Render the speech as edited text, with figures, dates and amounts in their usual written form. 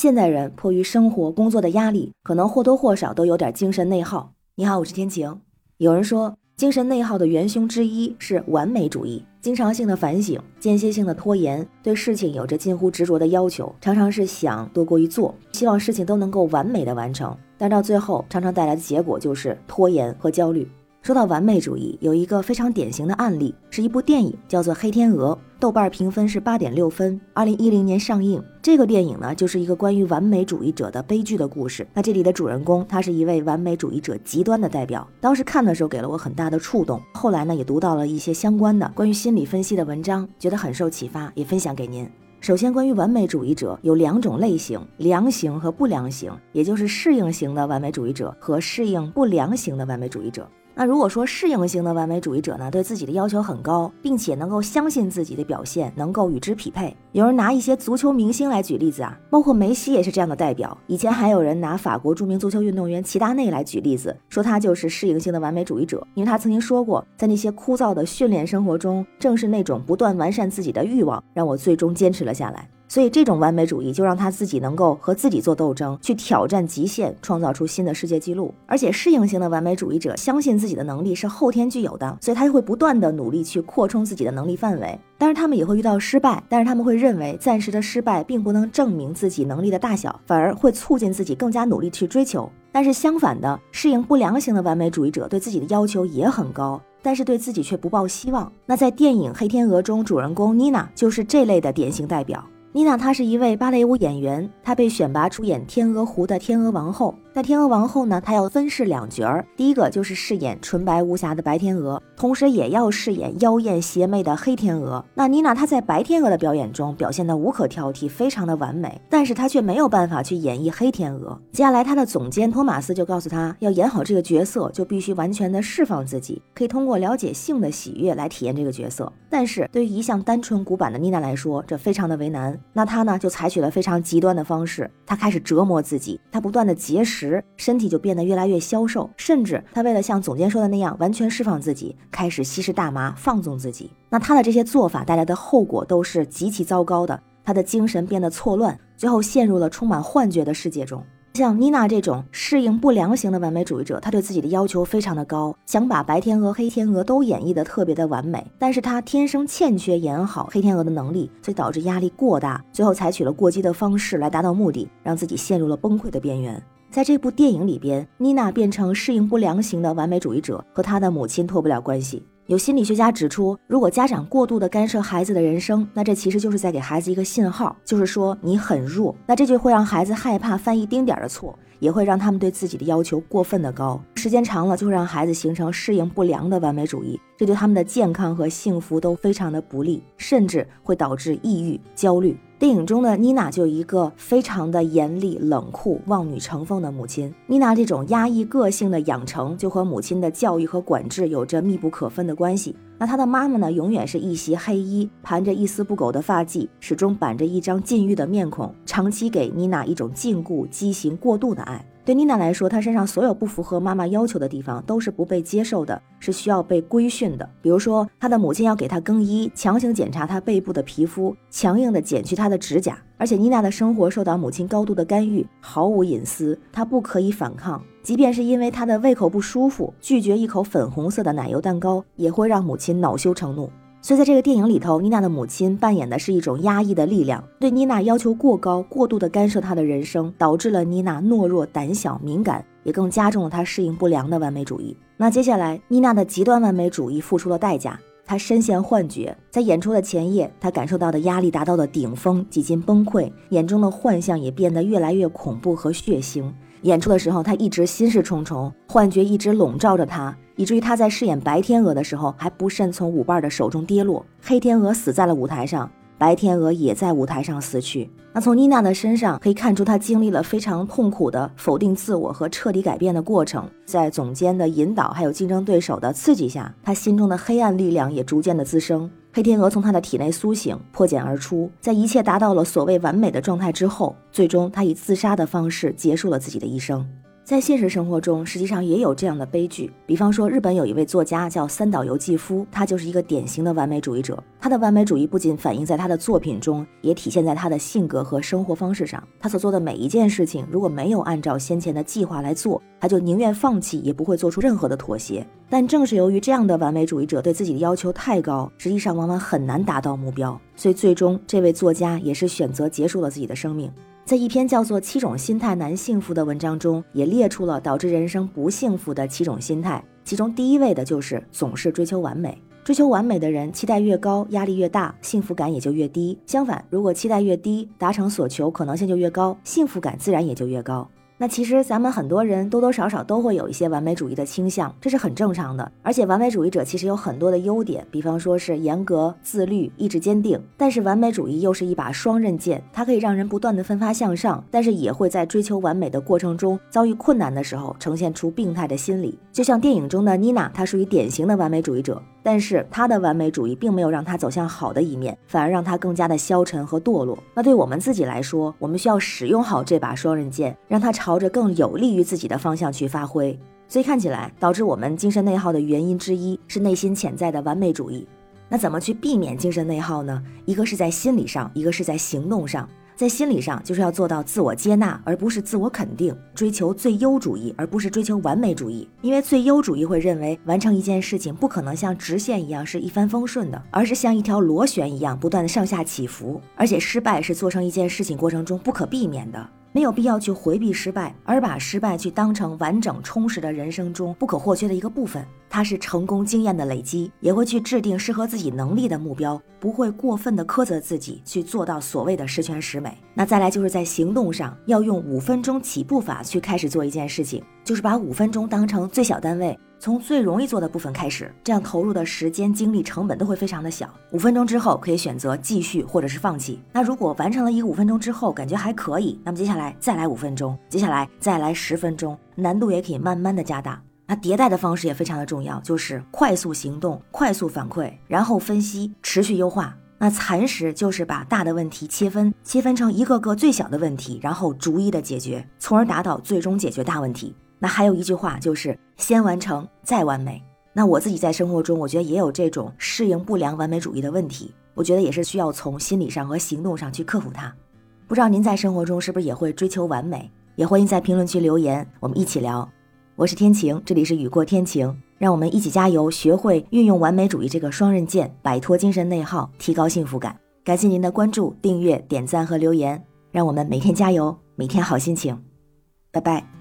现代人迫于生活工作的压力，可能或多或少都有点精神内耗。你好，我是天晴。有人说，精神内耗的元凶之一是完美主义，经常性的反省，间歇性的拖延，对事情有着近乎执着的要求，常常是想多过于做，希望事情都能够完美的完成，但到最后常常带来的结果就是拖延和焦虑。说到完美主义，有一个非常典型的案例，是一部电影，叫做《黑天鹅》，豆瓣评分是8.6分，2010年上映。这个电影呢，就是一个关于完美主义者的悲剧的故事。那这里的主人公，他是一位完美主义者极端的代表。当时看的时候给了我很大的触动，后来呢也读到了一些相关的关于心理分析的文章，觉得很受启发，也分享给您。首先，关于完美主义者有2种类型，良型和不良型，也就是适应型的完美主义者和适应不良型的完美主义者。那如果说适应型的完美主义者呢，对自己的要求很高，并且能够相信自己的表现能够与之匹配。有人拿一些足球明星来举例子啊，包括梅西也是这样的代表。以前还有人拿法国著名足球运动员齐达内来举例子，说他就是适应型的完美主义者，因为他曾经说过，在那些枯燥的训练生活中，正是那种不断完善自己的欲望，让我最终坚持了下来。所以这种完美主义就让他自己能够和自己做斗争，去挑战极限，创造出新的世界纪录。而且适应型的完美主义者相信自己的能力是后天具有的，所以他就会不断的努力去扩充自己的能力范围。当然他们也会遇到失败，但是他们会认为暂时的失败并不能证明自己能力的大小，反而会促进自己更加努力去追求。但是相反的，适应不良型的完美主义者对自己的要求也很高，但是对自己却不抱希望。那在电影《黑天鹅》中，主人公妮娜就是这类的典型代表。妮娜她是一位芭蕾舞演员，她被选拔出演《天鹅湖》的天鹅王后。在天鹅王后呢，她要分饰2角，第一个就是饰演纯白无瑕的白天鹅，同时也要饰演妖艳邪魅的黑天鹅。那妮娜她在白天鹅的表演中表现得无可挑剔，非常的完美，但是她却没有办法去演绎黑天鹅。接下来她的总监托马斯就告诉她，要演好这个角色就必须完全的释放自己，可以通过了解性的喜悦来体验这个角色。但是对于一向单纯古板的妮娜来说，这非常的为难。那她呢就采取了非常极端的方式，她开始折磨自己，她不断的节食，身体就变得越来越消瘦，甚至她为了像总监说的那样完全释放自己，开始吸食大麻放纵自己。那她的这些做法带来的后果都是极其糟糕的，她的精神变得错乱，最后陷入了充满幻觉的世界中。像妮娜这种适应不良型的完美主义者，他对自己的要求非常的高，想把白天鹅黑天鹅都演绎得特别的完美，但是他天生欠缺演好黑天鹅的能力，所以导致压力过大，最后采取了过激的方式来达到目的，让自己陷入了崩溃的边缘。在这部电影里边，妮娜变成适应不良型的完美主义者，和她的母亲脱不了关系。有心理学家指出，如果家长过度的干涉孩子的人生，那这其实就是在给孩子一个信号，就是说你很弱，那这就会让孩子害怕犯一丁点的错，也会让他们对自己的要求过分的高，时间长了就会让孩子形成适应不良的完美主义，这对他们的健康和幸福都非常的不利，甚至会导致抑郁、焦虑。电影中的妮娜就有一个非常的严厉、冷酷、望女成风的母亲。妮娜这种压抑个性的养成，就和母亲的教育和管制有着密不可分的关系。那她的妈妈呢，永远是一袭黑衣，盘着一丝不苟的发髻，始终板着一张禁欲的面孔，长期给妮娜一种禁锢、畸形、过度的爱。对妮娜来说，她身上所有不符合妈妈要求的地方都是不被接受的，是需要被规训的。比如说，她的母亲要给她更衣，强行检查她背部的皮肤，强硬地剪去她的指甲。而且妮娜的生活受到母亲高度的干预，毫无隐私，她不可以反抗。即便是因为她的胃口不舒服，拒绝一口粉红色的奶油蛋糕，也会让母亲恼羞成怒。所以在这个电影里头，妮娜的母亲扮演的是一种压抑的力量，对妮娜要求过高，过度的干涉她的人生，导致了妮娜懦弱、胆小、敏感，也更加重了她适应不良的完美主义。那接下来，妮娜的极端完美主义付出了代价，她深陷幻觉，在演出的前夜，她感受到的压力达到了顶峰，几近崩溃，眼中的幻象也变得越来越恐怖和血腥。演出的时候，她一直心事重重，幻觉一直笼罩着她，以至于她在饰演白天鹅的时候还不慎从舞伴的手中跌落，黑天鹅死在了舞台上，白天鹅也在舞台上死去。那从妮娜的身上可以看出，她经历了非常痛苦的否定自我和彻底改变的过程。在总监的引导还有竞争对手的刺激下，她心中的黑暗力量也逐渐的滋生。黑天鹅从她的体内苏醒，破茧而出，在一切达到了所谓完美的状态之后，最终她以自杀的方式结束了自己的一生。 在现实生活中，实际上也有这样的悲剧。比方说，日本有一位作家叫三岛由纪夫，他就是一个典型的完美主义者。他的完美主义不仅反映在他的作品中，也体现在他的性格和生活方式上。他所做的每一件事情，如果没有按照先前的计划来做，他就宁愿放弃，也不会做出任何的妥协。但正是由于这样的完美主义者对自己的要求太高，实际上往往很难达到目标，所以最终这位作家也是选择结束了自己的生命。在一篇叫做《7种心态难幸福》的文章中，也列出了导致人生不幸福的7种心态，其中第一位的就是总是追求完美。追求完美的人，期待越高，压力越大，幸福感也就越低。相反，如果期待越低，达成所求可能性就越高，幸福感自然也就越高。那其实咱们很多人多多少少都会有一些完美主义的倾向，这是很正常的。而且完美主义者其实有很多的优点，比方说是严格、自律、意志坚定。但是完美主义又是一把双刃剑，它可以让人不断的奋发向上，但是也会在追求完美的过程中遭遇困难的时候呈现出病态的心理。就像电影中的妮娜，她属于典型的完美主义者，但是她的完美主义并没有让她走向好的一面，反而让她更加的消沉和堕落。那对我们自己来说，我们需要使用好这把双刃剑，让它朝着更有利于自己的方向去发挥。所以看起来导致我们精神内耗的原因之一是内心潜在的完美主义。那怎么去避免精神内耗呢？一个是在心理上，一个是在行动上。在心理上就是要做到自我接纳，而不是自我肯定，追求最优主义，而不是追求完美主义。因为最优主义会认为完成一件事情不可能像直线一样是一帆风顺的，而是像一条螺旋一样不断的上下起伏，而且失败是做成一件事情过程中不可避免的。没有必要去回避失败，而把失败去当成完整充实的人生中不可或缺的一个部分。它是成功经验的累积，也会去制定适合自己能力的目标，不会过分的苛责自己去做到所谓的十全十美。那再来就是在行动上，要用5分钟起步法去开始做一件事情，就是把5分钟当成最小单位，从最容易做的部分开始，这样投入的时间、精力、成本都会非常的小。5分钟之后可以选择继续或者是放弃。那如果完成了一个5分钟之后感觉还可以，那么接下来再来5分钟，接下来再来10分钟，难度也可以慢慢的加大。那迭代的方式也非常的重要，就是快速行动，快速反馈，然后分析，持续优化。那蚕食就是把大的问题切分成一个个最小的问题，然后逐一的解决，从而达到最终解决大问题。那还有一句话就是先完成再完美。那我自己在生活中我觉得也有这种适应不良完美主义的问题，我觉得也是需要从心理上和行动上去克服它。不知道您在生活中是不是也会追求完美？也欢迎在评论区留言，我们一起聊。我是天晴，这里是雨过天晴，让我们一起加油，学会运用完美主义这个双刃剑，摆脱精神内耗，提高幸福感。感谢您的关注、订阅、点赞和留言，让我们每天加油，每天好心情。拜拜。